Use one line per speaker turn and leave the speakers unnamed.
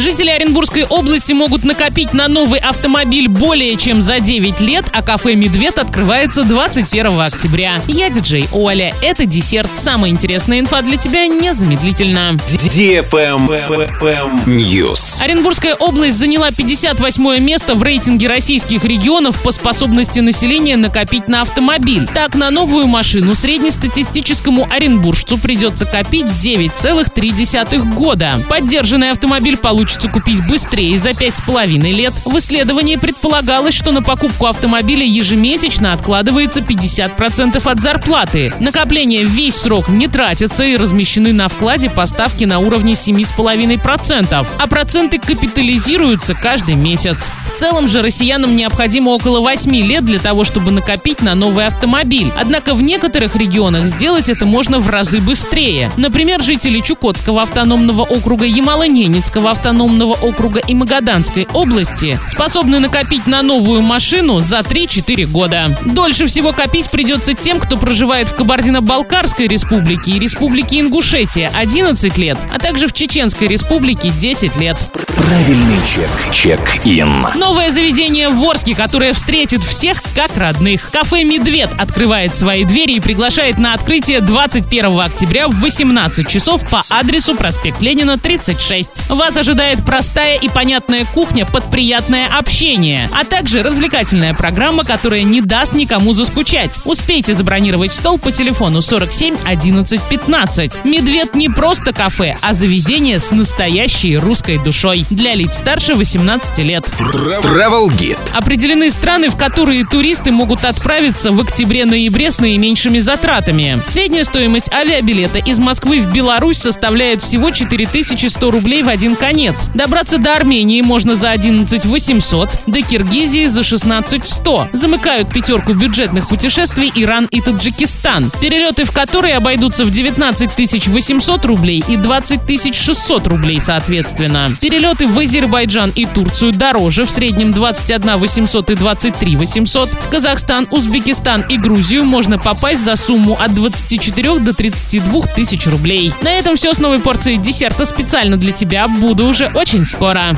Жители Оренбургской области могут накопить на новый автомобиль более чем за 9 лет, а кафе «Медвед» открывается 21 октября. Я диджей Оля. Это десерт. Самая интересная инфа для тебя незамедлительно.
News.
Оренбургская область заняла 58 место в рейтинге российских регионов по способности населения накопить на автомобиль. Так, на новую машину среднестатистическому оренбуржцу придется копить 9,3 года. Поддержанный автомобиль получится купить быстрее, за 5,5 лет. В исследовании предполагалось, что на покупку автомобиля ежемесячно откладывается 50% от зарплаты. Накопления весь срок не тратятся и размещены на вкладе по ставке на уровне 7,5%, а проценты капитализируются каждый месяц. В целом же россиянам необходимо около 8 лет для того, чтобы накопить на новый автомобиль. Однако в некоторых регионах сделать это можно в разы быстрее. Например, жители Чукотского автономного округа, Ямало-Ненецкого автономного округа и Магаданской области способны накопить на новую машину за 3-4 года. Дольше всего копить придется тем, кто проживает в Кабардино-Балкарской республике и республике Ингушетия 11 лет, а также в Чеченской республике 10 лет.
Правильный чек. Чек-ин.
Новое заведение в Орске, которое встретит всех как родных. Кафе «Медвед» открывает свои двери и приглашает на открытие 21 октября в 18 часов по адресу проспект Ленина, 36. Вас ожидает простая и понятная кухня под приятное общение, а также развлекательная программа, которая не даст никому заскучать. Успейте забронировать стол по телефону 47 11 15. «Медвед» не просто кафе, а заведение с настоящей русской душой. Для лиц старше 18 лет.
Travel Guide.
Определены страны, в которые туристы могут отправиться в октябре-ноябре с наименьшими затратами. Средняя стоимость авиабилета из Москвы в Беларусь составляет всего 4100 рублей в один конец. Добраться до Армении можно за 11 800, до Киргизии за 16 100. Замыкают пятерку бюджетных путешествий Иран и Таджикистан, перелеты в которые обойдутся в 19 800 рублей и 20 600 рублей соответственно. Перелеты в Азербайджан и Турцию дороже, в среднем 21 800 и 23 800. В Казахстан, Узбекистан и Грузию можно попасть за сумму от 24 до 32 тысяч рублей. На этом все с новой порцией десерта специально для тебя. Буду уже очень скоро.